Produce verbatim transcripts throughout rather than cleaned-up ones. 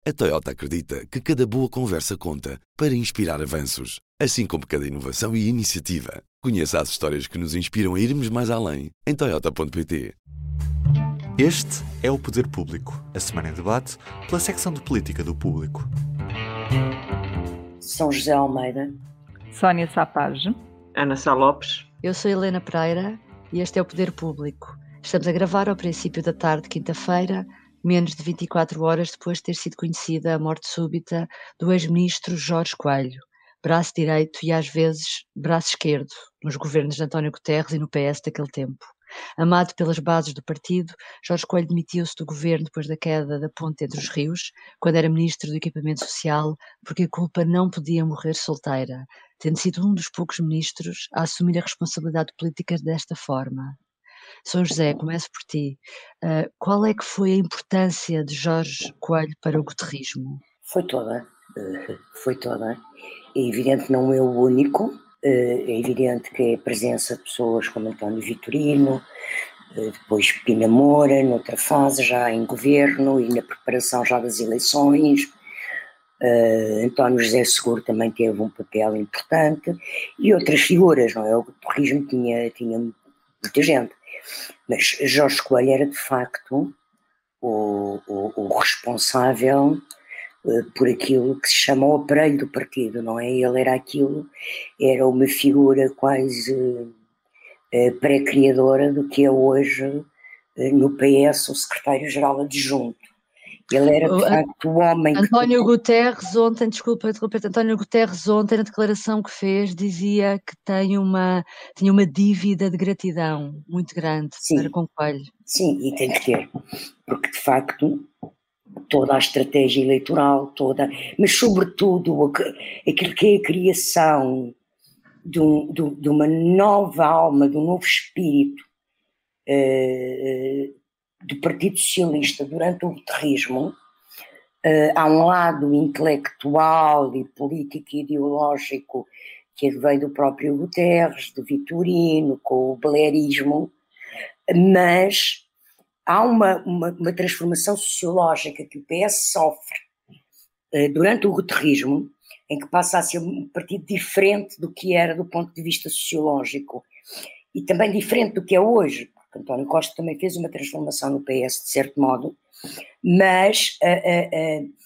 A Toyota acredita que cada boa conversa conta para inspirar avanços, assim como cada inovação e iniciativa. Conheça as histórias que nos inspiram a irmos mais além em toyota ponto pt. Este é o Poder Público, a semana em debate pela secção de política do Público. São José Almeida, Sónia Sapage, Ana Sá Lopes. Eu sou Helena Pereira e este é o Poder Público. Estamos a gravar ao princípio da tarde, quinta-feira, menos de vinte e quatro horas depois de ter sido conhecida a morte súbita do ex-ministro Jorge Coelho, braço direito e às vezes braço esquerdo nos governos de António Guterres e no P S daquele tempo. Amado pelas bases do partido, Jorge Coelho demitiu-se do governo depois da queda da ponte entre os rios, quando era ministro do Equipamento Social, porque a culpa não podia morrer solteira, tendo sido um dos poucos ministros a assumir a responsabilidade política desta forma. São José, começo por ti. Uh, qual é que foi a importância de Jorge Coelho para o guterrismo? Foi toda, uh, foi toda. É evidente que não é o único, uh, é evidente que é a presença de pessoas como António Vitorino, uh, depois Pina Moura, noutra fase já em governo e na preparação já das eleições. Uh, António José Seguro também teve um papel importante e outras figuras, não é? O guterrismo tinha, tinha muita gente. Mas Jorge Coelho era de facto o, o, o responsável uh, por aquilo que se chama o aparelho do partido, não é? Ele era aquilo, era uma figura quase uh, pré-criadora do que é hoje uh, no P S o secretário-geral adjunto. Ele era de facto o homem que... António Guterres ontem, desculpa interromper, António Guterres ontem na declaração que fez dizia que tem uma, tinha uma dívida de gratidão muito grande sim, para com Coelho. Sim, e tem que ter, porque de facto toda a estratégia eleitoral, toda, mas sobretudo aquilo que é a criação de, um, de, de uma nova alma, de um novo espírito uh, do Partido Socialista durante o guterrismo, uh, há um lado intelectual e político e ideológico que vem do próprio Guterres, de Vitorino, com o blairismo, mas há uma, uma, uma transformação sociológica que o P S sofre uh, durante o guterrismo, em que passa a ser um partido diferente do que era do ponto de vista sociológico e também diferente do que é hoje. António Costa também fez uma transformação no P S, de certo modo, mas uh, uh, uh,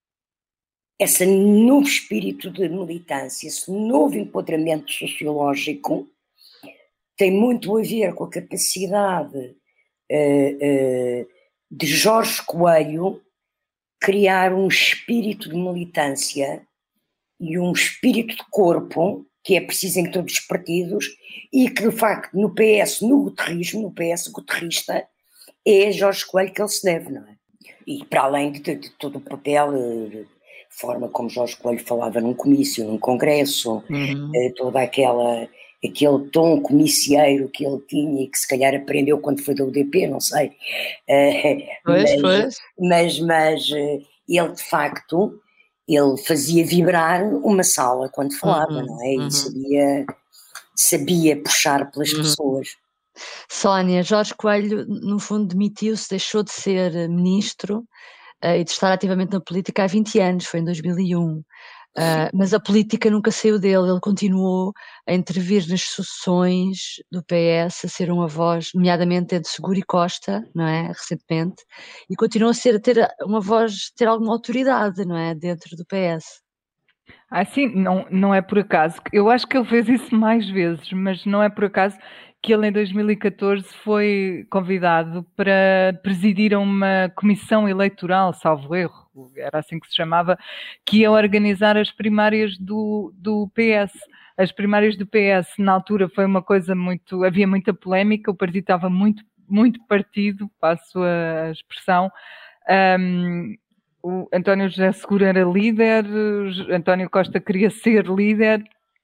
esse novo espírito de militância, esse novo empoderamento sociológico tem muito a ver com a capacidade uh, uh, de Jorge Coelho criar um espírito de militância e um espírito de corpo que é preciso em todos os partidos e que de facto no P S, no guterrismo, no P S guterrista, é Jorge Coelho que ele se deve, não é? E para além de, de, de todo o papel, de forma como Jorge Coelho falava num comício, num congresso, uhum. toda aquela, aquele tom comicieiro que ele tinha e que se calhar aprendeu quando foi da U D P, não sei. Pois, mas, pois. Mas, mas ele de facto... ele fazia vibrar uma sala quando falava, uhum, não é? E uhum. sabia, sabia puxar pelas uhum. pessoas. Sónia, Jorge Coelho, no fundo, demitiu-se, deixou de ser ministro uh, e de estar ativamente na política há vinte anos, foi em dois mil e um. Uh, mas a política nunca saiu dele, ele continuou a intervir nas sucessões do P S, a ser uma voz, nomeadamente entre Seguro e Costa, não é, recentemente, e continuou a ser, a ter uma voz, ter alguma autoridade, não é, dentro do P S. Ah, sim, não, não é por acaso, eu acho que ele fez isso mais vezes, mas não é por acaso que ele em dois mil e catorze foi convidado para presidir uma comissão eleitoral, salvo erro, era assim que se chamava, que ia organizar as primárias do, do P S. As primárias do P S, na altura, foi uma coisa muito... havia muita polémica, o partido estava muito, muito partido, passo a expressão. Um, o António José Seguro era líder, António Costa queria ser líder.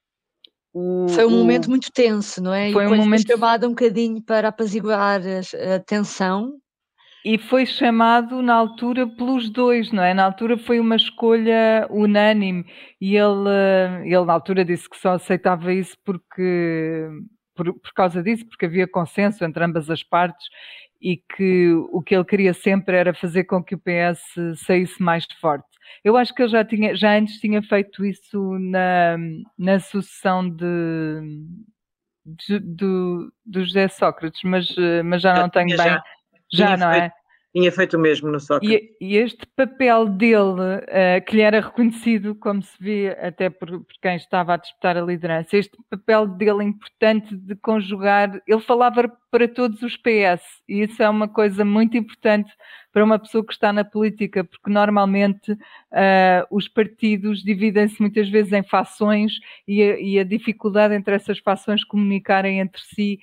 O, foi um o, momento muito tenso, não é? Foi e um momento... foi chamado um bocadinho para apaziguar a tensão. E foi chamado na altura pelos dois, não é? Na altura foi uma escolha unânime e ele, ele na altura disse que só aceitava isso porque, por, por causa disso, porque havia consenso entre ambas as partes e que o que ele queria sempre era fazer com que o P S saísse mais forte. Eu acho que ele já, tinha, já antes tinha feito isso na, na sucessão de, de, do, do José Sócrates, mas, mas já, já não tenho bem... Já, já não feito, é? Tinha feito o mesmo no Sócrates. E, e este papel dele, uh, que lhe era reconhecido, como se vê até por, por quem estava a disputar a liderança, este papel dele importante de conjugar, ele falava para todos os P S, e isso é uma coisa muito importante para uma pessoa que está na política, porque normalmente uh, os partidos dividem-se muitas vezes em fações e a, e a dificuldade entre essas fações comunicarem entre si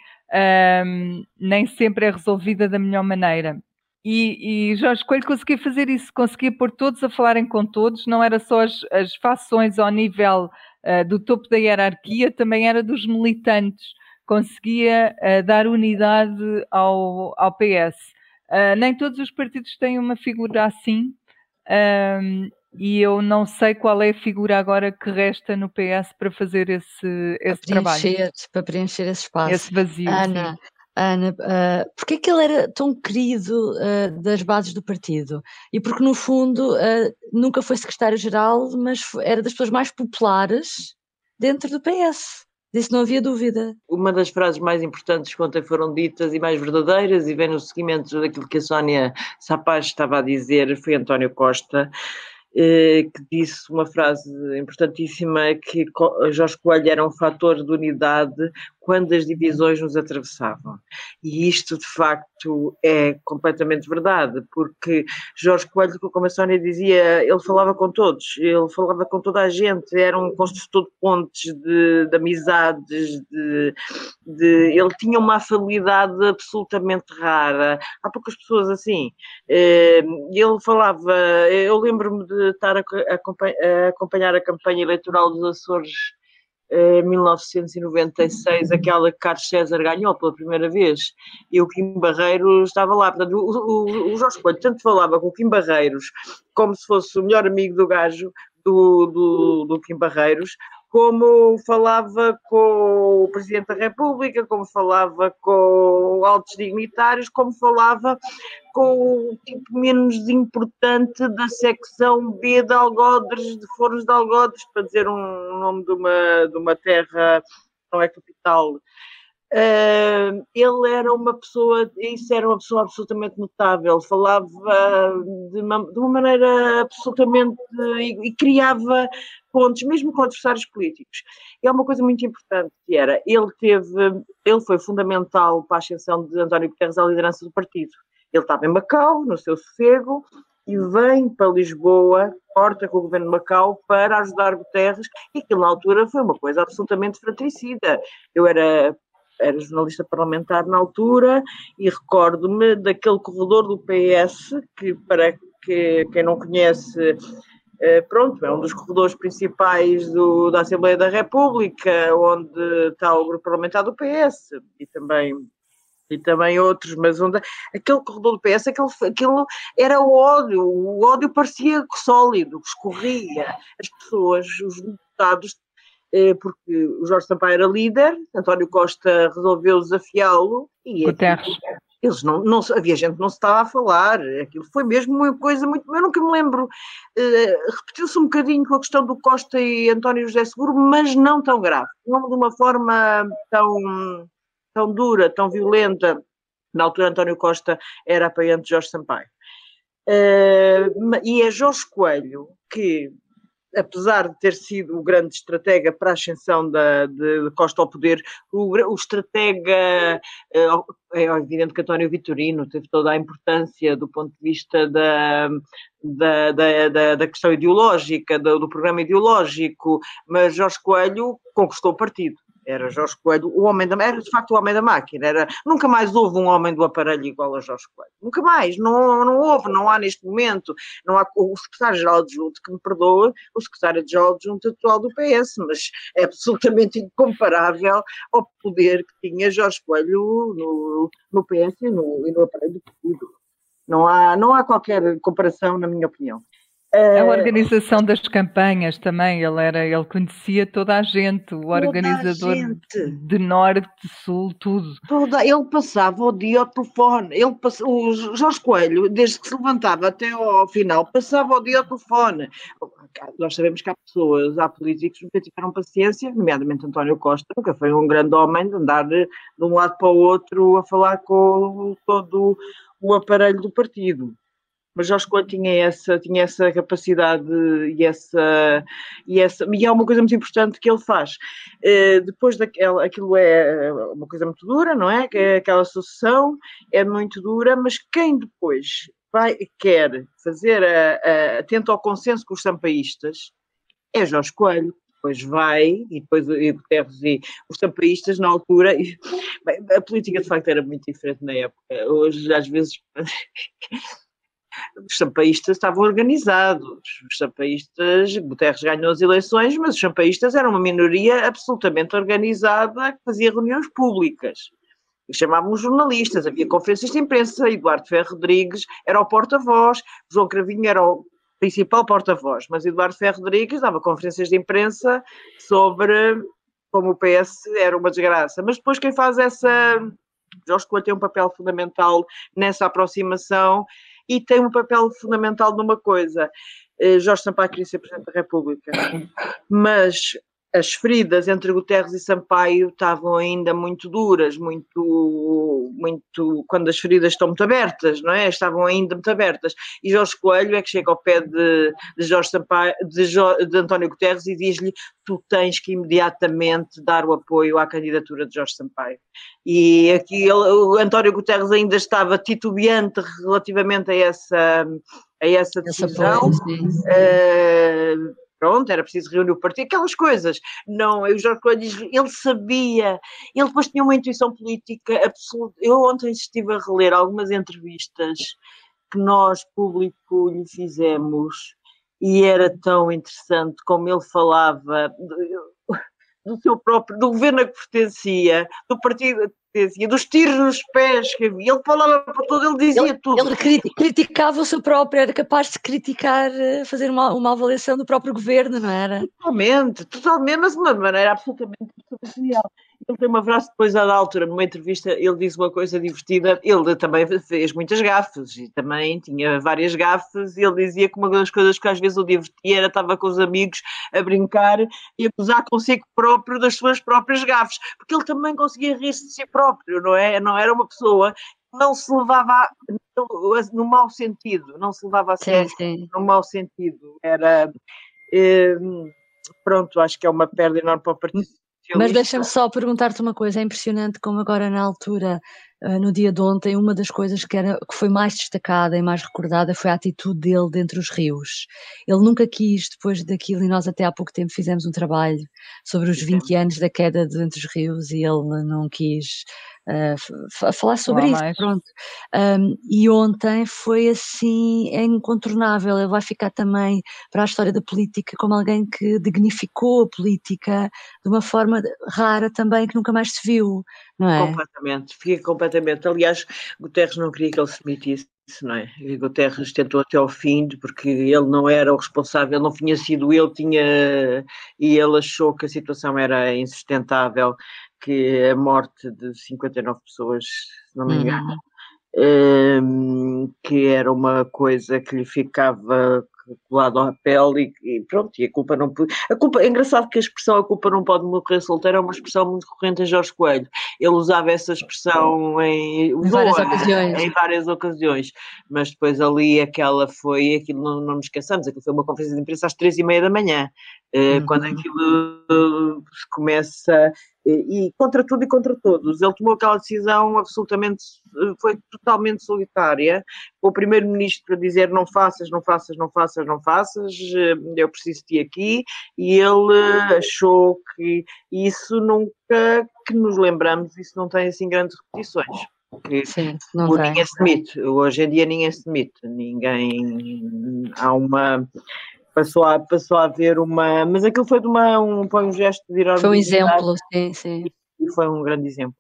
um, nem sempre é resolvida da melhor maneira. E, e Jorge Coelho conseguia fazer isso, conseguia pôr todos a falarem com todos, não era só as, as fações ao nível uh, do topo da hierarquia, também era dos militantes, conseguia uh, dar unidade ao, ao P S. Uh, nem todos os partidos têm uma figura assim, um, e eu não sei qual é a figura agora que resta no P S para fazer esse, esse para preencher, trabalho. Para preencher esse espaço. Esse vazio, Ana, sim. Ana, uh, porque é que ele era tão querido uh, das bases do partido? E porque, no fundo, uh, nunca foi secretário-geral, mas foi, era das pessoas mais populares dentro do P S. Disso não havia dúvida. Uma das frases mais importantes que ontem foram ditas e mais verdadeiras, e vem no seguimento daquilo que a Sónia Sapaz estava a dizer, foi António Costa, que disse uma frase importantíssima, que Jorge Coelho era um fator de unidade quando as divisões nos atravessavam. E isto, de facto, é completamente verdade, porque Jorge Coelho, como a Sónia dizia, ele falava com todos, ele falava com toda a gente, era um construtor de pontes, de, de amizades, de, de, ele tinha uma afabilidade absolutamente rara. Há poucas pessoas assim. Ele falava, eu lembro-me de estar a acompanhar a campanha eleitoral dos Açores em mil novecentos e noventa e seis, aquela que Carlos César ganhou pela primeira vez, e o Kim Barreiros estava lá. Portanto, o, o, o Jorge Coelho tanto falava com o Kim Barreiros como se fosse o melhor amigo do gajo do, do, do Kim Barreiros, como falava com o Presidente da República, como falava com altos dignitários, como falava com o tipo menos importante da secção B de Algodres, de Fornos de Algodres, para dizer um nome de uma, de uma terra que não é capital. Uh, ele era uma pessoa, isso era uma pessoa absolutamente notável, falava de uma, de uma maneira absolutamente, e, e criava pontos, mesmo com adversários políticos. E é uma coisa muito importante, que era, ele teve, ele foi fundamental para a ascensão de António Guterres à liderança do partido. Ele estava em Macau, no seu sossego, e vem para Lisboa, corta com o governo de Macau para ajudar Guterres, e aquilo na altura foi uma coisa absolutamente fratricida. Eu era... era jornalista parlamentar na altura e recordo-me daquele corredor do P S que, para que, quem não conhece, pronto, é um dos corredores principais do, da Assembleia da República, onde está o grupo parlamentar do P S e também, e também outros, mas onde aquele corredor do P S, aquele, aquilo era o ódio, o ódio parecia sólido, escorria, as pessoas, os deputados, porque o Jorge Sampaio era líder, António Costa resolveu desafiá-lo e Guterres. Eles não, não, havia gente que não se estava a falar, aquilo foi mesmo uma coisa muito, eu nunca me lembro, uh, repetiu-se um bocadinho com a questão do Costa e António José Seguro, mas não tão grave, não de uma forma tão, tão dura, tão violenta. Na altura António Costa era apoiante de Jorge Sampaio. Uh, e é Jorge Coelho que, apesar de ter sido o grande estratega para a ascensão da, de, de Costa ao poder, o, o estratega, é, é evidente que António Vitorino teve toda a importância do ponto de vista da, da, da, da, da questão ideológica, do, do programa ideológico, mas Jorge Coelho conquistou o partido. Era Jorge Coelho, o homem da, era de facto o homem da máquina. Era, nunca mais houve um homem do aparelho igual a Jorge Coelho. Nunca mais. Não, não houve, não há neste momento. Não há o secretário-geral adjunto, que me perdoe, o secretário-geral adjunto atual do P S, mas é absolutamente incomparável ao poder que tinha Jorge Coelho no, no P S e no, e no aparelho do partido. Não há, não há qualquer comparação, na minha opinião. A organização das campanhas também, ele era, ele conhecia toda a gente, o organizador gente. de norte, de sul, tudo. Toda, ele passava o dia ao telefone, ele passava, o Jorge Coelho, desde que se levantava até ao final, passava o dia ao telefone. Nós sabemos que há pessoas, há políticos que nunca tiveram paciência, nomeadamente António Costa, nunca foi um grande homem de andar de, de um lado para o outro a falar com todo o aparelho do partido. Mas Jorge Coelho tinha essa, tinha essa capacidade e essa, e essa... E há uma coisa muito importante que ele faz. Uh, depois daquela... Aquilo é uma coisa muito dura, não é? Que é aquela sucessão, é muito dura, mas quem depois vai, quer fazer a, a, atento ao consenso com os sampaístas é Jorge Coelho. Depois vai, e depois e Guterres e os sampaístas na altura... E, bem, a política de facto era muito diferente na época. Hoje, às vezes... Os sampaístas estavam organizados, os sampaístas, Guterres ganhou as eleições, mas os sampaístas eram uma minoria absolutamente organizada que fazia reuniões públicas. E chamavam jornalistas, havia conferências de imprensa, Eduardo Ferro Rodrigues era o porta-voz, João Cravinho era o principal porta-voz, mas Eduardo Ferro Rodrigues dava conferências de imprensa sobre como o P S era uma desgraça. Mas depois quem faz essa... Jorge Coelho tem um papel fundamental nessa aproximação. E tem um papel fundamental numa coisa. Jorge Sampaio queria ser Presidente da República, mas as feridas entre Guterres e Sampaio estavam ainda muito duras, muito, muito, quando as feridas estão muito abertas, não é? Estavam ainda muito abertas. E Jorge Coelho é que chega ao pé de, de, Jorge Sampaio, de, jo, de António Guterres e diz-lhe: tu tens que imediatamente dar o apoio à candidatura de Jorge Sampaio. E aqui ele, o António Guterres ainda estava titubeante relativamente a essa, a essa decisão. Uh, pronto, era preciso reunir o partido, aquelas coisas. Não, o Jorge Coelho diz, ele sabia, ele depois tinha uma intuição política absoluta. Eu ontem estive a reler algumas entrevistas que nós, público, lhe fizemos e era tão interessante como ele falava do seu próprio, do governo a que pertencia, do partido a que pertencia, dos tiros nos pés que havia. Ele falava para tudo, ele dizia ele, tudo. Ele criticava o seu próprio, era capaz de criticar, fazer uma, uma avaliação do próprio governo, não era? Totalmente, totalmente, mas de uma maneira absolutamente superficial. Ele tem uma frase depois, à altura, numa entrevista, ele disse uma coisa divertida, ele também fez muitas gafes, e também tinha várias gafes, e ele dizia que uma das coisas que às vezes o divertia era estava com os amigos a brincar e a gozar consigo próprio das suas próprias gafes, porque ele também conseguia rir-se de si próprio, não é? Não era uma pessoa que não se levava no mau sentido, não se levava a sério no mau sentido, era... Eh, pronto, acho que é uma perda enorme para o partido. Mas deixa-me só perguntar-te uma coisa, é impressionante como agora na altura, no dia de ontem, uma das coisas que, era, que foi mais destacada e mais recordada foi a atitude dele dentro dos rios. Ele nunca quis, depois daquilo, e nós até há pouco tempo fizemos um trabalho sobre os vinte anos da queda de Entre os Rios e ele não quis uh, falar sobre isso, mais. Pronto. Um, e ontem foi assim, é incontornável, ele vai ficar também para a história da política como alguém que dignificou a política de uma forma rara também que nunca mais se viu, não é? Completamente, fica completamente. Aliás, Guterres não queria que ele se metisse, não é? E Guterres tentou até ao fim, porque ele não era o responsável, não tinha sido ele, tinha, e ele achou que a situação era insustentável, que a morte de cinquenta e nove pessoas, se não me engano, uhum. um, que era uma coisa que lhe ficava colado à pele e, e pronto, e a culpa não pode... A culpa, é engraçado que a expressão a culpa não pode morrer solteiro é uma expressão muito corrente em Jorge Coelho. Ele usava essa expressão em, em várias ocasiões. Em várias ocasiões, mas depois ali aquela foi, aquilo não, não nos esqueçamos, aquilo foi uma conferência de imprensa às três e meia da manhã, uhum. Quando aquilo se começa... E contra tudo e contra todos. Ele tomou aquela decisão absolutamente, foi totalmente solitária. O primeiro-ministro a dizer não faças, não faças, não faças, não faças, eu preciso de ti aqui, e ele achou que isso nunca, que nos lembramos, isso não tem assim grandes repetições. Sim, não tem. Ninguém se demite. Hoje em dia ninguém se demite. Ninguém, há uma... Passou a, passou a haver uma... Mas aquilo foi de uma, um, foi um gesto de ir ao Foi um exemplo, sim, sim. E foi um grande exemplo.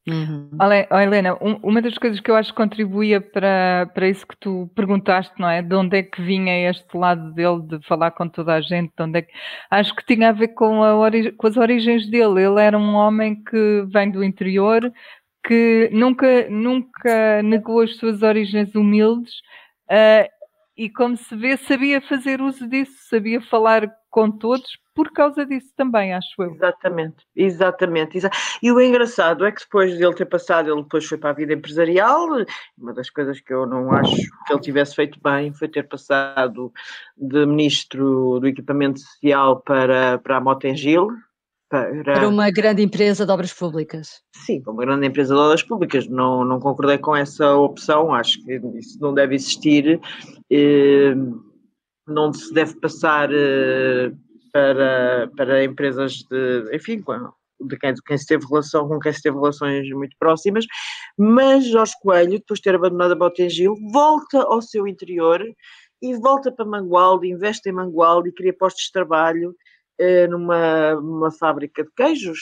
Uhum. Olha, olha, Helena, um- uma das coisas que eu acho que contribuía para, para isso que tu perguntaste, não é? De onde é que vinha este lado dele de falar com toda a gente? De onde é que... Acho que tinha a ver com, a ori- com as origens dele. Ele era um homem que vem do interior, que nunca, nunca negou as suas origens humildes, ah, e como se vê, sabia fazer uso disso, sabia falar com todos por causa disso também, acho eu. Exatamente, exatamente, exa- E o engraçado é que depois de ele ter passado, ele depois foi para a vida empresarial. Uma das coisas que eu não acho que ele tivesse feito bem foi ter passado de ministro do equipamento social para, para a Motengil, Era para, uma grande empresa de obras públicas. sim, para uma grande empresa de obras públicas. Não, não concordei com essa opção, acho que isso não deve existir. Eh, não se deve passar eh, para, para empresas de, enfim, de quem, de quem se teve relação, com quem se teve relações muito próximas, mas Jorge Coelho, depois de ter abandonado a Motengil, volta ao seu interior e volta para Mangualde, investe em Mangualde e cria postos de trabalho eh, numa, numa fábrica de queijos,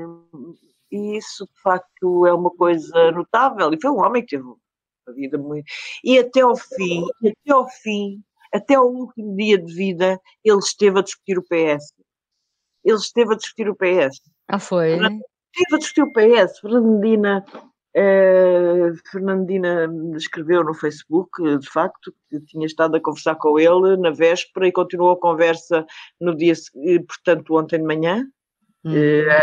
e isso de facto é uma coisa notável, e foi um homem que teve uma vida muito... E até ao fim, até ao fim, até ao último dia de vida, ele esteve a discutir o P S. Ele esteve a discutir o P S. Ah, foi? Esteve a discutir o P S. Fernandina, eh, Fernandina escreveu no Facebook, de facto, que tinha estado a conversar com ele na véspera e continuou a conversa no dia, portanto, ontem de manhã. Uhum.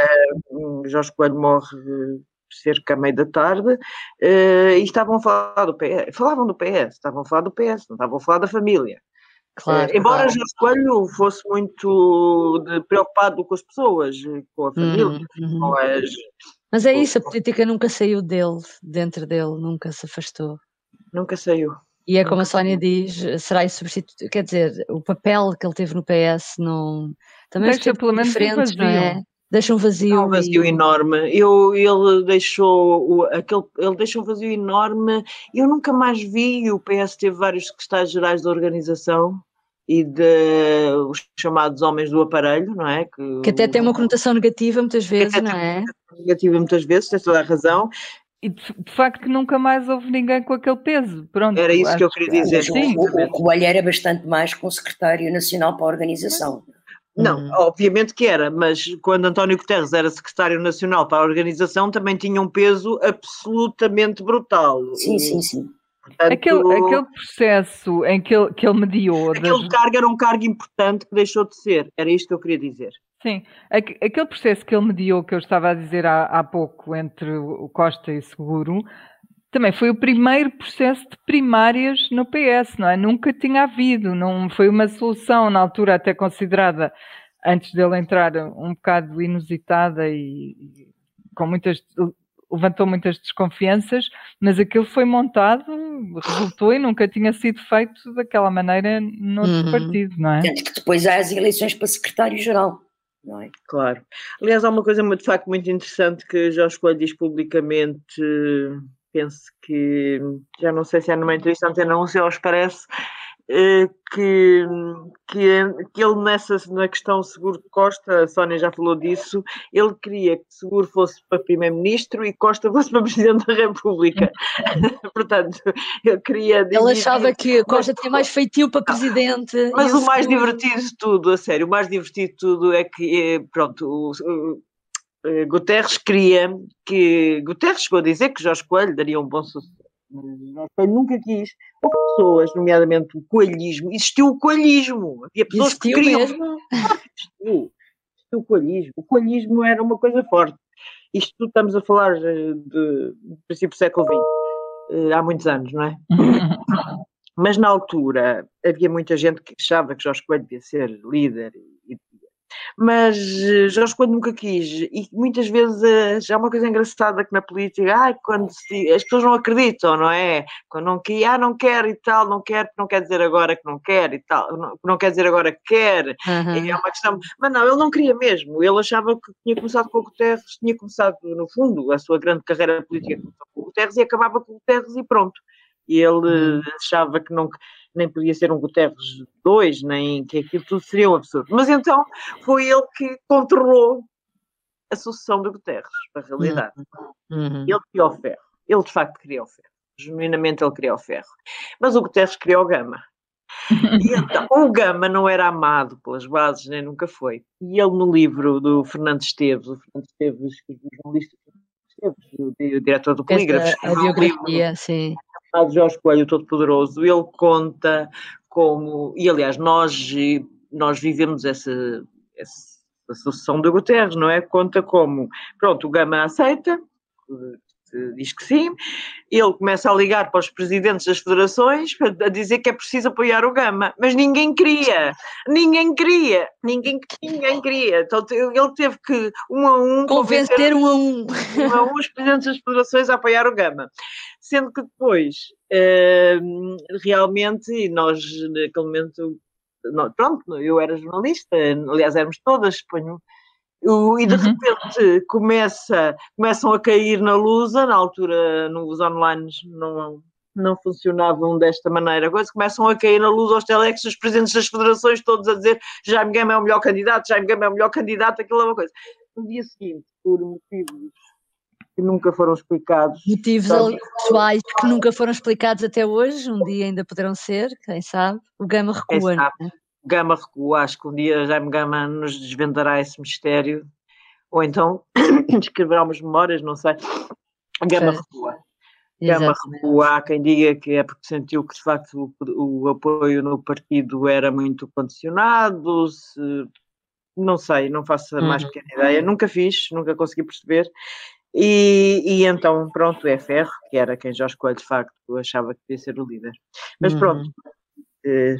Eh, Jorge Coelho morre cerca da meia da tarde, uh, e estavam a falar do P S, falavam do P S, estavam a falar do P S, não estavam a falar da família. Claro, uh, embora claro. Jorge Coelho fosse muito de, preocupado com as pessoas, com a família, Uhum, uhum. com as... Mas é isso, a política nunca saiu dele, dentro dele, nunca se afastou. Nunca saiu. E é nunca como a Sónia saiu. diz, será substituto, quer dizer, o papel que ele teve no P S não... Também Deixa esteve pelo menos um diferentes, não é? vazio. Deixa um vazio. É um vazio e... enorme. Eu, ele deixou o, aquele, ele deixou um vazio enorme. Eu nunca mais vi. O P S teve vários secretários-gerais da organização e de os chamados homens do aparelho, não é? Que, Que até tem uma conotação negativa muitas vezes, até não tem é? negativa muitas vezes, tens toda a razão. E de, de facto nunca mais houve ninguém com aquele peso. Pronto, Era isso que eu acho queria dizer. Mas o, Sim, o, o Coelho era bastante mais que um secretário nacional para a organização. Não, Uhum. obviamente que era, mas quando António Guterres era secretário nacional para a organização também tinha um peso absolutamente brutal. Sim, sim, sim. Portanto, Aquele, aquele processo em que ele, que ele mediou... aquele das- cargo era um cargo importante que deixou de ser. Era isto que eu queria dizer. Sim, aque- aquele processo que ele mediou, que eu estava a dizer há, há pouco, entre o Costa e o Seguro, também foi o primeiro processo de primárias no P S, não é? Nunca tinha havido, não foi uma solução, na altura até considerada, antes dele entrar, um bocado inusitada e, e com muitas... levantou muitas desconfianças, mas aquilo foi montado, resultou e nunca tinha sido feito daquela maneira noutro Uhum. partido, não é? Tanto que depois há as eleições para secretário-geral, não é? Claro. Aliás, há uma coisa de facto muito interessante que Jorge Coelho diz publicamente, penso que, já não sei se é numa entrevista à Antena um, se aos parece, que, que, que ele nessa, na questão Seguro de Costa, a Sónia já falou disso, ele queria que Seguro fosse para Primeiro-Ministro e Costa fosse para Presidente da República. Portanto, eu queria dizer... Ele achava que Costa tinha mais feitio para Presidente. Mas e o mais Seguro- divertido de tudo, a sério, o mais divertido de tudo é que, pronto, o, o, o Guterres queria que... Guterres chegou a dizer que Jorge Coelho daria um bom sucesso. Jorge Coelho nunca quis. Houve pessoas, nomeadamente o coelhismo, existiu o coelhismo. Havia pessoas Existiu que queriam... mesmo? Existiu, existiu o coelhismo. O coelhismo era uma coisa forte. Isto tudo estamos a falar de, de princípio do século vinte, há muitos anos, não é? Mas na altura havia muita gente que achava que Jorge Coelho devia ser líder, e, mas Jorge Coelho nunca quis, e muitas vezes já há uma coisa engraçada que na política, ai, quando se, as pessoas não acreditam, não é? Quando não quer, ah, não quer e tal, não quer, não quer dizer agora que não quer e tal, não, não quer dizer agora que quer, Uhum. é uma questão, mas não, ele não queria mesmo, ele achava que tinha começado com o Guterres, tinha começado no fundo a sua grande carreira política com o Guterres e acabava com o Guterres e pronto. E ele Uhum. achava que não, nem podia ser um Guterres dois, nem que aquilo tudo seria um absurdo. Mas então foi ele que controlou a sucessão do Guterres. para a realidade. Uhum. Ele queria o ferro. Ele, de facto, queria o ferro. Genuinamente, ele queria o ferro. Mas o Guterres queria o Gama. E então, o Gama não era amado pelas bases, nem nunca foi. E ele, no livro do Fernando Esteves, o Fernando Esteves, o jornalista Esteves, o, o diretor do Polígrafo, a biografia, sim. chamado Jorge Coelho, o Todo-Poderoso, ele conta como, e aliás, nós, nós vivemos essa, essa sucessão do Guterres, não é? Conta como, pronto, o Gama aceita, diz que sim, ele começa a ligar para os presidentes das federações a dizer que é preciso apoiar o Gama, mas ninguém queria, ninguém queria, ninguém, ninguém queria, então ele teve que um a um convencer, convencer um a um. um a um os presidentes das federações a apoiar o Gama, sendo que depois uh, realmente, e nós naquele momento, não, pronto, eu era jornalista, aliás éramos todas, suponho. E de repente começa, começam a cair na Lusa, na altura nos online não, não funcionavam desta maneira, coisa, começam a cair na Lusa aos telex, os presidentes das federações todos a dizer Jaime Gama é o melhor candidato, Jaime Gama é o melhor candidato, aquilo é uma coisa. No dia seguinte, por motivos que nunca foram explicados. Motivos sabe? pessoais que nunca foram explicados até hoje, um dia ainda poderão ser, quem sabe, o Gama recua. Né? Gama recua, acho que um dia Jaime Gama nos desvendará esse mistério, ou então escreverá umas memórias, não sei. Gama recua. Gama recua, há quem diga que é porque sentiu que de facto o, o apoio no partido era muito condicionado, se, não sei, não faço a mais pequena ideia, nunca fiz, nunca consegui perceber. E, e então, pronto, é Ferro, que era quem Jorge Coelho de facto achava que devia ser o líder. Mas pronto. Uhum. Eh,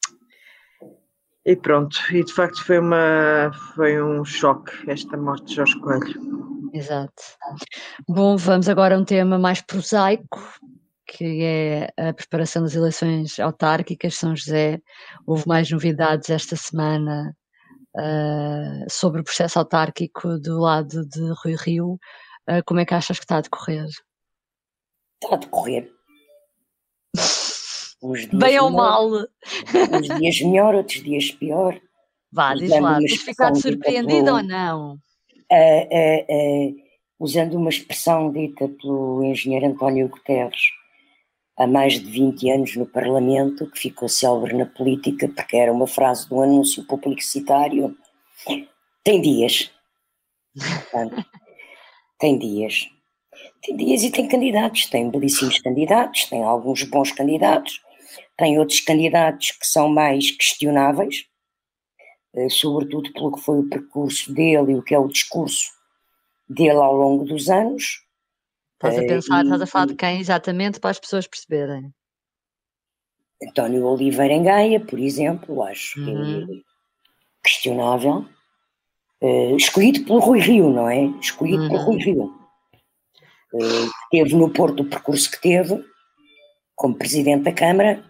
E pronto, e de facto foi, uma, foi um choque esta morte de Jorge Coelho. Exato. Bom, vamos agora a um tema mais prosaico, que é a preparação das eleições autárquicas de São José. Houve mais novidades esta semana uh, sobre o processo autárquico do lado de Rui Rio. Uh, como é que achas que está a decorrer? Está a decorrer. Bem ou mal? Uns dias melhor, outros dias pior. Vá, diz lá, tens ficado surpreendida ou não? Uh, uh, uh, usando uma expressão dita pelo engenheiro António Guterres há mais de vinte anos no Parlamento, que ficou célebre na política, porque era uma frase do anúncio publicitário, tem dias. Portanto, tem dias. Tem dias e tem candidatos, tem belíssimos candidatos, tem alguns bons candidatos, tem outros candidatos que são mais questionáveis, sobretudo pelo que foi o percurso dele e o que é o discurso dele ao longo dos anos. Estás a pensar, e, estás a falar de quem exatamente para as pessoas perceberem? António Oliveira em Gaia, por exemplo, acho uhum. que é questionável. Uh, escolhido pelo Rui Rio, não é? Escolhido uhum. pelo Rui Rio. Uh, teve no Porto o percurso que teve, como Presidente da Câmara,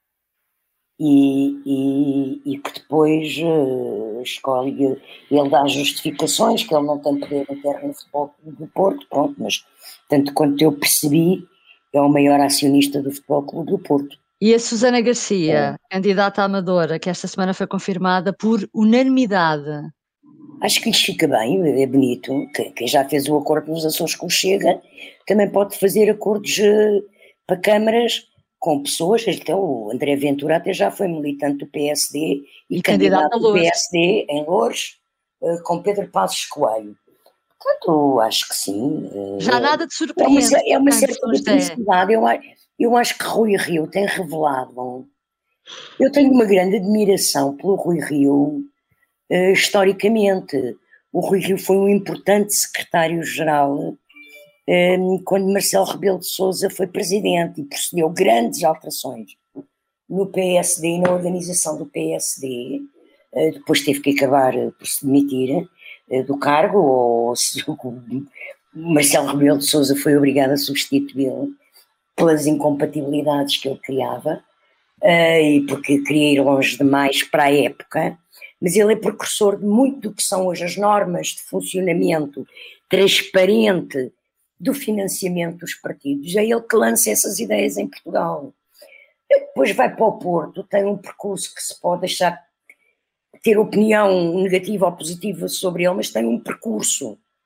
e, e, e que depois uh, escolhe, ele dá justificações, que ele não tem poder interno no Futebol Clube do Porto, pronto, mas tanto quanto eu percebi, é o maior acionista do Futebol Clube do Porto. E a Susana Garcia, é. candidata amadora, que esta semana foi confirmada por unanimidade. Acho que lhes fica bem, é bonito. Quem já fez o acordo nos Açores com o Chega também pode fazer acordos uh, para câmaras com pessoas, até o André Ventura até já foi militante do P S D e, e candidato do P S D em Loures uh, com Pedro Passos Coelho. Portanto, acho que sim. Uh, já nada de surpreendente. É uma, é uma certa publicidade. Eu, eu acho que Rui Rio tem revelado. Eu tenho uma grande admiração pelo Rui Rio. Uh, historicamente, o Rui Rio foi um importante secretário-geral uh, quando Marcelo Rebelo de Sousa foi presidente e procedeu grandes alterações no P S D e na organização do P S D. Uh, depois teve que acabar uh, por se demitir uh, do cargo, ou se, uh, Marcelo Rebelo de Sousa foi obrigado a substituí-lo pelas incompatibilidades que ele criava uh, e porque queria ir longe demais para a época. Mas ele é precursor de muito do que são hoje as normas de funcionamento transparente do financiamento dos partidos. É ele que lança essas ideias em Portugal. Depois vai para o Porto, tem um percurso que se pode deixar ter opinião negativa ou positiva sobre ele, mas tem um percurso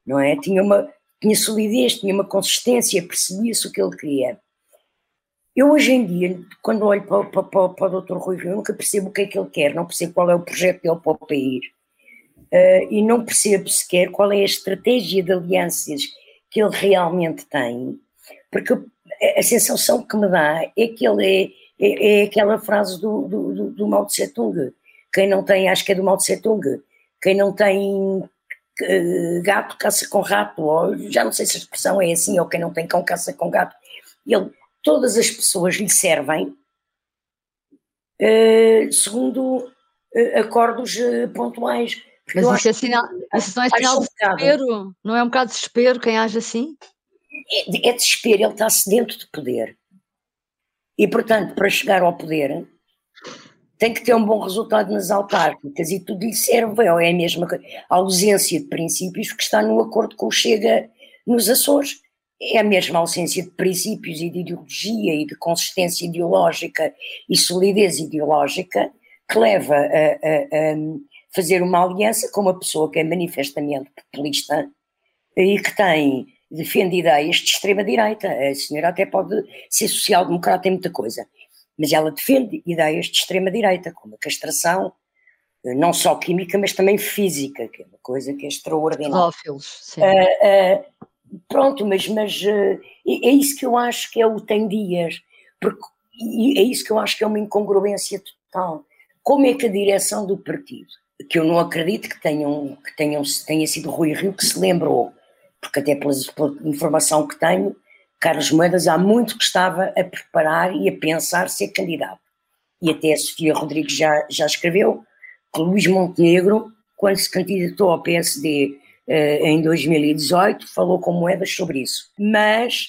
não é? Tinha uma, tinha solidez, tinha uma consistência, percebia-se o que ele queria. Eu hoje em dia, quando olho para, para, para, para o doutor Rui Rio, eu nunca percebo o que é que ele quer, não percebo qual é o projeto dele para o país, uh, e não percebo sequer qual é a estratégia de alianças que ele realmente tem, porque a sensação que me dá é que ele é, é, é aquela frase do, do, do, do Mao Tse Tung, quem não tem, acho que é do Mao Tse Tung, quem não tem uh, gato caça com rato, ou já não sei se a expressão é assim, ou quem não tem cão caça com gato. Ele, todas as pessoas lhe servem uh, segundo uh, acordos uh, pontuais. Mas isso, é sinal, isso não é sinal de desespero? Não é um bocado de desespero quem age assim? É, é desespero, ele está sedento de poder. E, portanto, para chegar ao poder, tem que ter um bom resultado nas autárquicas e tudo lhe serve, ou é a mesma coisa. A ausência de princípios que está no acordo com o Chega nos Açores. É a mesma ausência de princípios e de ideologia e de consistência ideológica e solidez ideológica que leva a, a, a fazer uma aliança com uma pessoa que é manifestamente populista e que tem, defende ideias de extrema-direita. A senhora até pode ser social-democrata em muita coisa, mas ela defende ideias de extrema-direita, como a castração, não só química, mas também física, que é uma coisa que é extraordinária. Pedófilos, sim. Uh, uh, Pronto, mas, mas uh, é isso que eu acho que é o tem dias, porque é isso que eu acho que é uma incongruência total. Como é que a direção do partido, que eu não acredito que, tenham, que tenham, tenha sido Rui Rio que se lembrou, porque até pela, pela informação que tenho, Carlos Moedas há muito que estava a preparar e a pensar ser candidato. E até a Sofia Rodrigues já, já escreveu que Luís Montenegro, quando se candidatou ao P S D Uh, em dois mil e dezoito, falou com Moedas sobre isso. Mas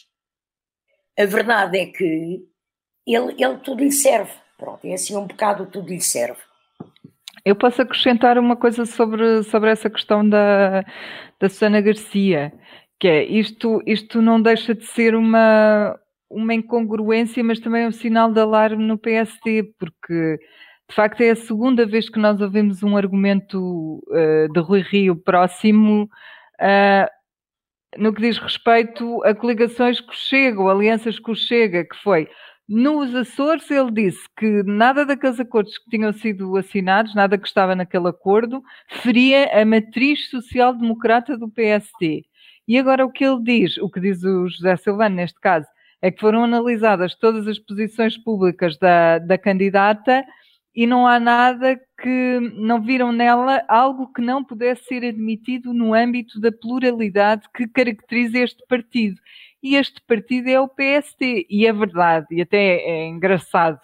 a verdade é que ele, ele tudo lhe serve. Pronto, é assim um bocado tudo lhe serve. Eu posso acrescentar uma coisa sobre, sobre essa questão da, da Susana Garcia, que é, isto, isto não deixa de ser uma, uma incongruência, mas também é um sinal de alarme no P S D, porque de facto é a segunda vez que nós ouvimos um argumento uh, de Rui Rio próximo uh, no que diz respeito a coligações que chegam, alianças que chega, que foi nos Açores. Ele disse que nada daqueles acordos que tinham sido assinados, nada que estava naquele acordo, feria a matriz social-democrata do P S D. E agora o que ele diz, o que diz o José Silvano neste caso, é que foram analisadas todas as posições públicas da, da candidata e não há nada que não viram nela algo que não pudesse ser admitido no âmbito da pluralidade que caracteriza este partido. E este partido é o P S D. E é verdade, e até é engraçado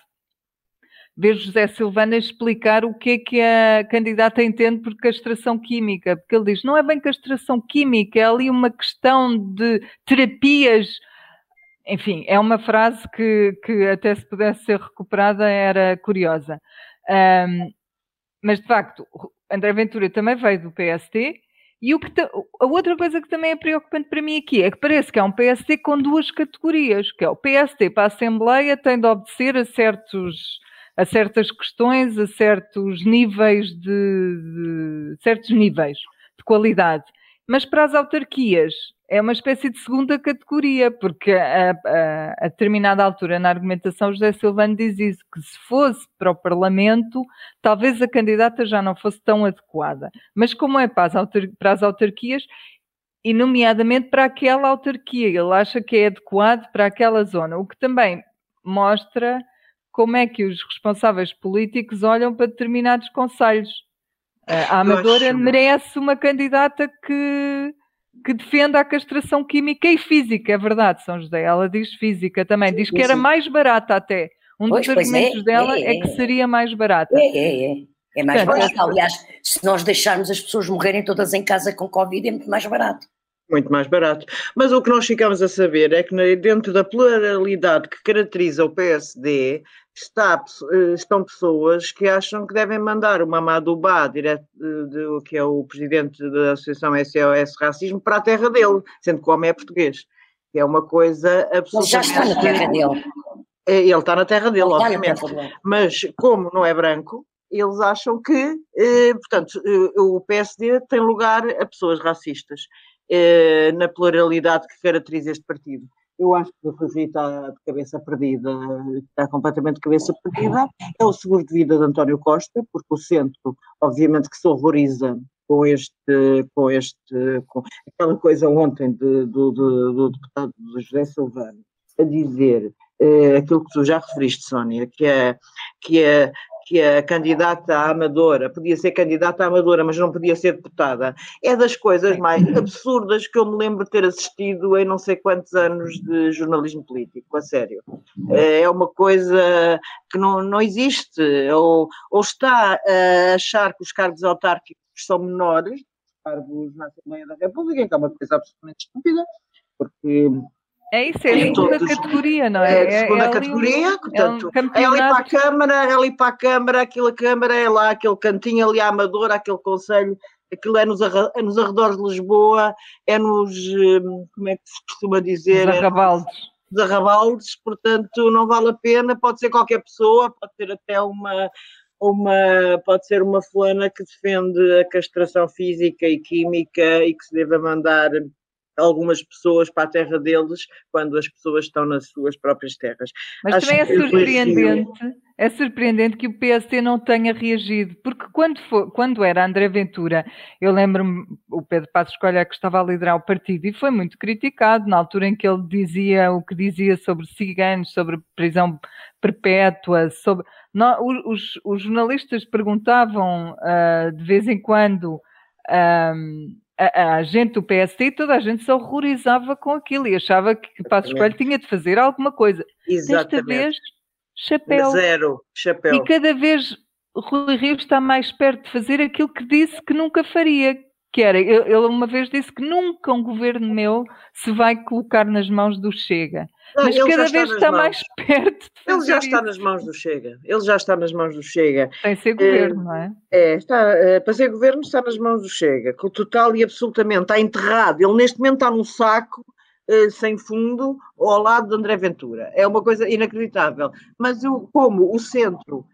ver José Silvano explicar o que é que a candidata entende por castração química. Porque ele diz, não é bem castração química, é ali uma questão de terapias. Enfim, é uma frase que, que até se pudesse ser recuperada era curiosa. Um, mas, de facto, André Ventura também veio do P S D e o que ta- a outra coisa que também é preocupante para mim aqui é que parece que há um P S D com duas categorias, que é o P S D para a Assembleia tem de obedecer a, certos, a certas questões, a certos níveis de, de certos níveis de qualidade. Mas para as autarquias é uma espécie de segunda categoria, porque a, a, a determinada altura na argumentação José Silvano diz isso, que se fosse para o Parlamento, talvez a candidata já não fosse tão adequada. Mas como é para as, autar, para as autarquias, e nomeadamente para aquela autarquia, ele acha que é adequado para aquela zona, o que também mostra como é que os responsáveis políticos olham para determinados concelhos. A Amadora acho... merece uma candidata que, que defenda a castração química e física, é verdade, São José. Ela diz física também, sim, diz que era mais barata até. Um pois, dos argumentos é, dela é, é, é que seria mais barata. É, é, é. É mais Portanto, barato. Aliás, se nós deixarmos as pessoas morrerem todas em casa com Covid, é muito mais barato. Muito mais barato. Mas o que nós ficamos a saber é que dentro da pluralidade que caracteriza o P S D, está, estão pessoas que acham que devem mandar o Mamadou Ba, direto de, de, que é o presidente da Associação S O S Racismo, para a terra dele, sendo que o homem é português. Que é uma coisa absolutamente... Ele já está na terra dele. Ele está na terra dele, ele obviamente. Terra dele. Mas como não é branco, eles acham que, eh, portanto, eh, o P S D tem lugar a pessoas racistas. eh, na pluralidade que caracteriza este partido. Eu acho que o Rui Rio está de cabeça perdida, está completamente de cabeça perdida. É o seguro de vida de António Costa, porque o centro, obviamente, que se horroriza com este, com este, com aquela coisa ontem de, do, do, do deputado José Silvano, a dizer eh, aquilo que tu já referiste, Sónia, que é, que é que a candidata à amadora podia ser candidata à amadora, mas não podia ser deputada, é das coisas mais absurdas que eu me lembro de ter assistido em não sei quantos anos de jornalismo político, a sério. É uma coisa que não, não existe, ou, ou está a achar que os cargos autárquicos são menores, os cargos na Assembleia da República, que é uma coisa absolutamente estúpida, porque... É isso, é a segunda todos, categoria, não é? É a segunda é, é categoria, um, portanto, é, um é ali para a Câmara, é ali para a Câmara, aquela Câmara é lá, aquele cantinho ali à Amadora, aquele concelho, aquilo é nos, é nos arredores de Lisboa, é nos, como é que se costuma dizer? Nos arrabaldes. É nos arrabaldes, portanto não vale a pena, pode ser qualquer pessoa, pode ser até uma... Uma, pode ser uma fulana que defende a castração física e química e que se deva mandar algumas pessoas para a terra deles quando as pessoas estão nas suas próprias terras. Mas Acho também é que surpreendente, é surpreendente que o P S D não tenha reagido, porque quando, foi, quando era André Ventura, eu lembro-me, o Pedro Passos Coelho que estava a liderar o partido e foi muito criticado na altura em que ele dizia o que dizia sobre ciganos, sobre prisão perpétua, sobre... Não, os, os jornalistas perguntavam uh, de vez em quando... Um, A, a gente do P S D, toda a gente se horrorizava com aquilo e achava que Passos Coelho tinha de fazer alguma coisa. Exatamente. Desta vez, chapéu. Zero, chapéu. E cada vez Rui Rio está mais perto de fazer aquilo que disse que nunca faria, que era, ele uma vez disse que nunca um governo meu se vai colocar nas mãos do Chega. Não, mas cada vez está mãos. mais perto de fazer Ele já está isso. nas mãos do Chega. Ele já está nas mãos do Chega. Tem ser governo, é, não é? É, está, é, para ser governo está nas mãos do Chega, com total e absolutamente, está enterrado. Ele neste momento está num saco é, sem fundo ao lado de André Ventura. É uma coisa inacreditável. Mas eu, como o centro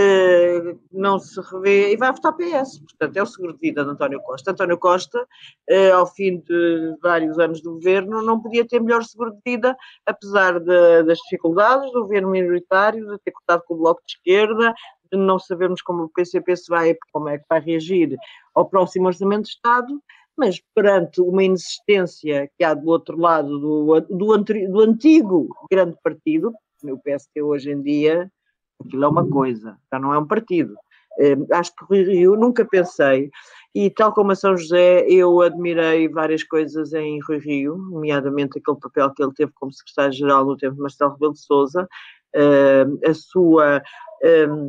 Uh, não se revê e vai votar P S, portanto é o seguro de vida de António Costa. António Costa, uh, ao fim de vários anos do governo, não podia ter melhor seguro de vida, apesar de, das dificuldades do governo minoritário, de ter cortado com o Bloco de Esquerda, de não sabermos como o P C P se vai, como é que vai reagir ao próximo Orçamento de Estado, mas perante uma inexistência que há do outro lado do, do, do antigo grande partido, o P S D hoje em dia, aquilo é uma coisa, já não é um partido. Uh, acho que Rui Rio, nunca pensei, e tal como a São José, eu admirei várias coisas em Rui Rio, nomeadamente aquele papel que ele teve como secretário-geral no tempo de Marcelo Rebelo de Sousa, uh, a sua... Um,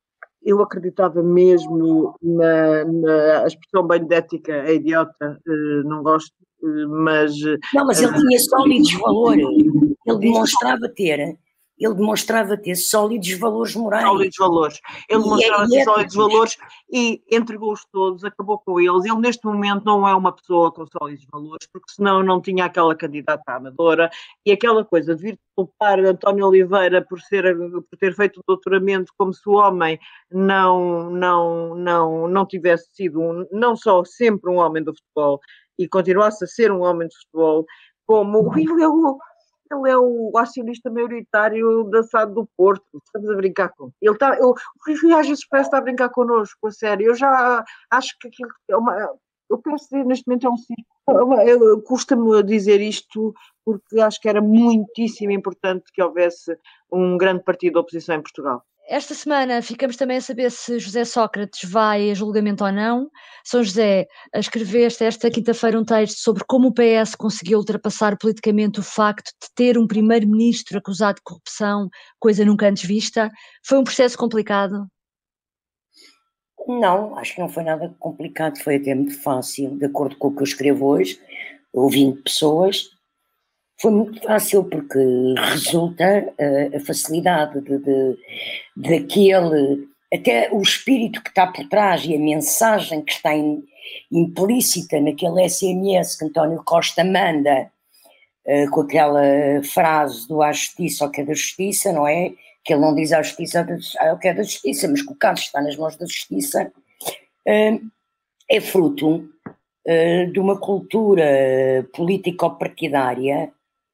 eu acreditava mesmo na, na expressão bem de ética, é idiota, uh, não gosto, uh, mas... Não, mas ele uh, tinha sólidos valores, ele demonstrava ter... Ele demonstrava ter sólidos valores morais. Sólidos valores. Ele demonstrava ter sólidos valores e entregou-os todos, acabou com eles. Ele, neste momento, não é uma pessoa com sólidos valores, porque senão não tinha aquela candidata amadora e aquela coisa de vir culpar António Oliveira por, ser, por ter feito o doutoramento como se o homem não, não, não, não tivesse sido, um, não só sempre um homem do futebol e continuasse a ser um homem de futebol, como ele é o... Ele é o acionista maioritário da S A D do Porto. Estamos a brincar com ele. Está, eu, o Rui às vezes parece estar a brincar connosco, a sério. Eu já acho que aquilo é uma... Eu penso que neste momento é um circo. Custa-me dizer isto porque acho que era muitíssimo importante que houvesse um grande partido de oposição em Portugal. Esta semana ficamos também a saber se José Sócrates vai a julgamento ou não. São José, escreveste esta quinta-feira um texto sobre como o P S conseguiu ultrapassar politicamente o facto de ter um primeiro-ministro acusado de corrupção, coisa nunca antes vista. Foi um processo complicado? Não, acho que não foi nada complicado, foi até muito fácil, de acordo com o que eu escrevo hoje, ouvindo pessoas. Foi muito fácil porque resulta uh, a facilidade de, de, daquele, até o espírito que está por trás e a mensagem que está in, implícita naquele S M S que António Costa manda uh, com aquela frase do à justiça ou que é da justiça, não é? Que ele não diz à justiça ao que é da justiça, mas que o caso está nas mãos da justiça, uh, é fruto uh, de uma cultura político-partidária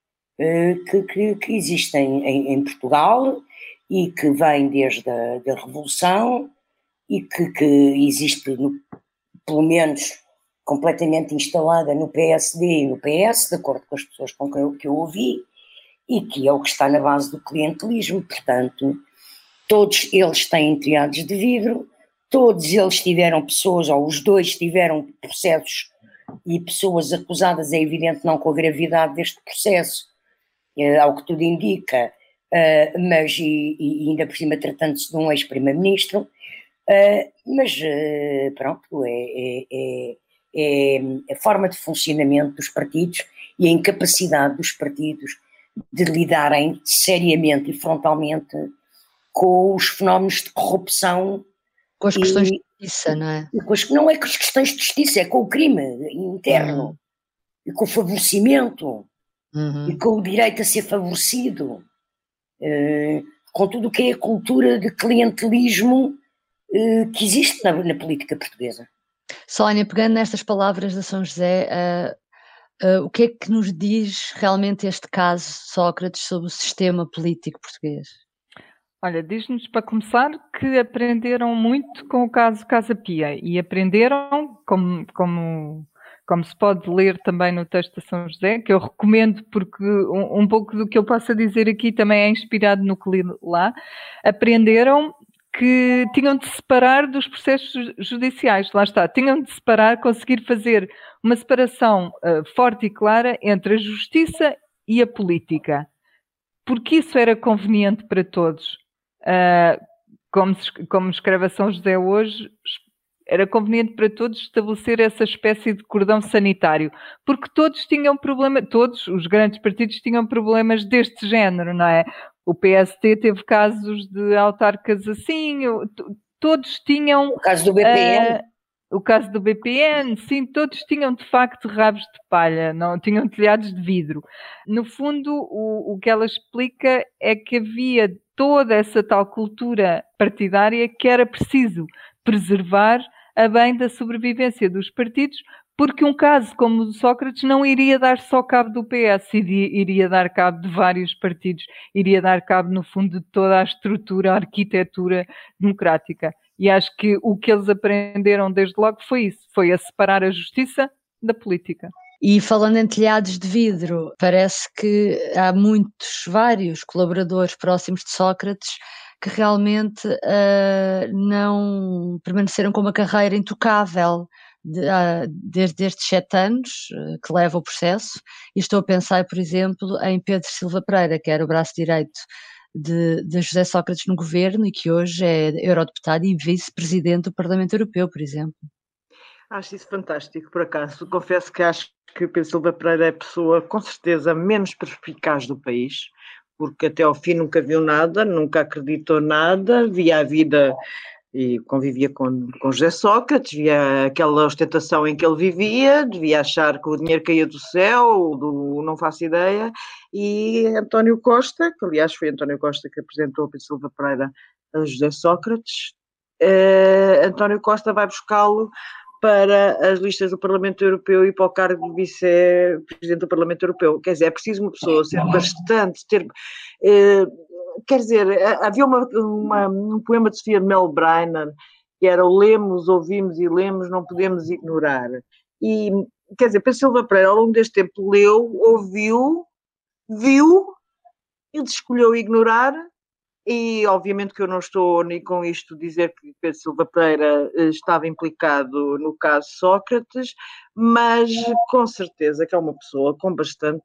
uh, que, que, que existe em, em, em Portugal e que vem desde a da Revolução e que, que existe, no, pelo menos, completamente instalada no P S D e no P S, de acordo com as pessoas com quem eu, que eu ouvi, e que é o que está na base do clientelismo. Portanto, todos eles têm telhados de vidro, todos eles tiveram pessoas, ou os dois tiveram processos e pessoas acusadas, é evidente, não com a gravidade deste processo, eh, ao que tudo indica, eh, mas e, e ainda por cima tratando-se de um ex-primeiro-ministro, eh, mas eh, pronto, é, é, é, é a forma de funcionamento dos partidos e a incapacidade dos partidos de lidarem seriamente e frontalmente com os fenómenos de corrupção. Com as questões e, de justiça, não é? Com as, não é com as questões de justiça, é com o crime interno, uhum. e com o favorecimento, uhum. e com o direito a ser favorecido, uh, com tudo o que é a cultura de clientelismo uh, que existe na, na política portuguesa. Sónia, pegando nestas palavras de São José, uh, uh, o que é que nos diz realmente este caso, Sócrates, sobre o sistema político português? Olha, diz-nos para começar que aprenderam muito com o caso Casa Pia e aprenderam, como, como, como se pode ler também no texto de São José, que eu recomendo porque um, um pouco do que eu posso dizer aqui também é inspirado no que li lá, aprenderam que tinham de separar dos processos judiciais, lá está, tinham de separar, conseguir fazer uma separação uh, forte e clara entre a justiça e a política, porque isso era conveniente para todos. Uh, como, como escreve a São José hoje, era conveniente para todos estabelecer essa espécie de cordão sanitário, porque todos tinham problemas, todos os grandes partidos tinham problemas deste género, não é? O P S T teve casos de autarcas assim, todos tinham... O caso do B P N. Uh, o caso do B P N, sim, todos tinham de facto rabos de palha, não tinham telhados de vidro. No fundo, o, o que ela explica é que havia toda essa tal cultura partidária que era preciso preservar a bem da sobrevivência dos partidos, porque um caso como o de Sócrates não iria dar só cabo do P S, iria, iria dar cabo de vários partidos, iria dar cabo, no fundo, de toda a estrutura, a arquitetura democrática. E acho que o que eles aprenderam desde logo foi isso, foi a separar a justiça da política. E falando em telhados de vidro, parece que há muitos, vários colaboradores próximos de Sócrates que realmente uh, não permaneceram com uma carreira intocável de, uh, desde estes sete anos uh, que leva o processo. E estou a pensar, por exemplo, em Pedro Silva Pereira, que era o braço direito de, de José Sócrates no governo e que hoje é eurodeputado e vice-presidente do Parlamento Europeu, por exemplo. Acho isso fantástico, por acaso. Confesso que acho que Pedro Silva Pereira é a pessoa, com certeza, menos perspicaz do país, porque até ao fim nunca viu nada, nunca acreditou nada, via a vida e convivia com, com José Sócrates, via aquela ostentação em que ele vivia, devia achar que o dinheiro caía do céu, do, não faço ideia, e António Costa, que aliás foi António Costa que apresentou Pedro Silva Pereira a José Sócrates, eh, António Costa vai buscá-lo para as listas do Parlamento Europeu e para o cargo de vice-presidente do Parlamento Europeu. Quer dizer, é preciso uma pessoa ser bastante, ter... Eh, quer dizer, havia uma, uma, um poema de Sofia Melbrenner que era o lemos, ouvimos e lemos, não podemos ignorar. E, quer dizer, Pedro Silva Pereira, ao longo deste tempo, leu, ouviu, viu e escolheu ignorar. E obviamente que eu não estou nem com isto dizer que Pedro Silva Pereira estava implicado no caso Sócrates, mas com certeza que é uma pessoa com bastantes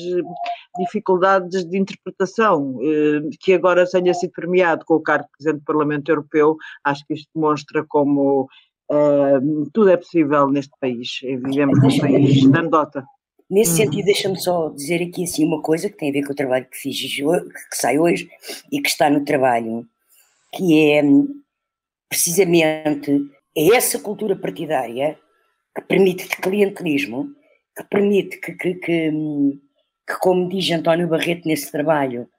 dificuldades de interpretação, que agora tenha sido premiado com o cargo de Presidente do Parlamento Europeu. Acho que isto demonstra como uh, tudo é possível neste país. Vivemos num país de anedota. Nesse uhum. sentido, deixa-me só dizer aqui assim uma coisa que tem a ver com o trabalho que fiz, que sai hoje e que está no trabalho, que é precisamente é essa cultura partidária que permite que clientelismo, que permite que, que, que, que, como diz António Barreto nesse trabalho,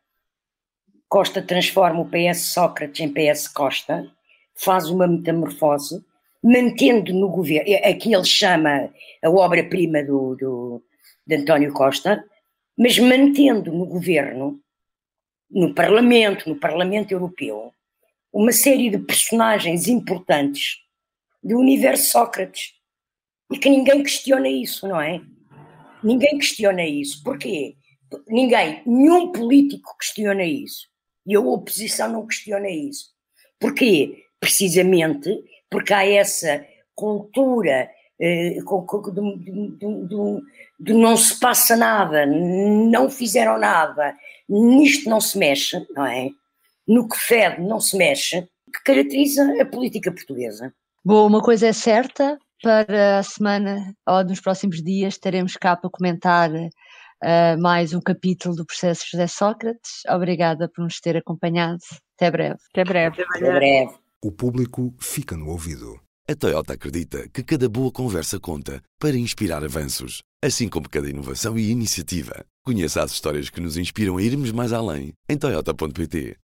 Costa transforma o P S Sócrates em P S Costa, faz uma metamorfose mantendo no governo, aqui ele chama a obra-prima do, do, de António Costa, mas mantendo no governo, no Parlamento, no Parlamento Europeu, uma série de personagens importantes do universo Sócrates. E que ninguém questiona isso, não é? Ninguém questiona isso. Porquê? Ninguém, nenhum político questiona isso. E a oposição não questiona isso. Porquê? Precisamente porque há essa cultura eh, de, de, de, de não se passa nada, não fizeram nada, nisto não se mexe, não é? No que fede não se mexe, que caracteriza a política portuguesa. Bom, uma coisa é certa, para a semana ou nos próximos dias estaremos cá para comentar uh, mais um capítulo do processo José Sócrates. Obrigada por nos ter acompanhado. Até breve. Até breve. Até breve. O público fica no ouvido. A Toyota acredita que cada boa conversa conta para inspirar avanços, assim como cada inovação e iniciativa. Conheça as histórias que nos inspiram a irmos mais além em toyota ponto pt.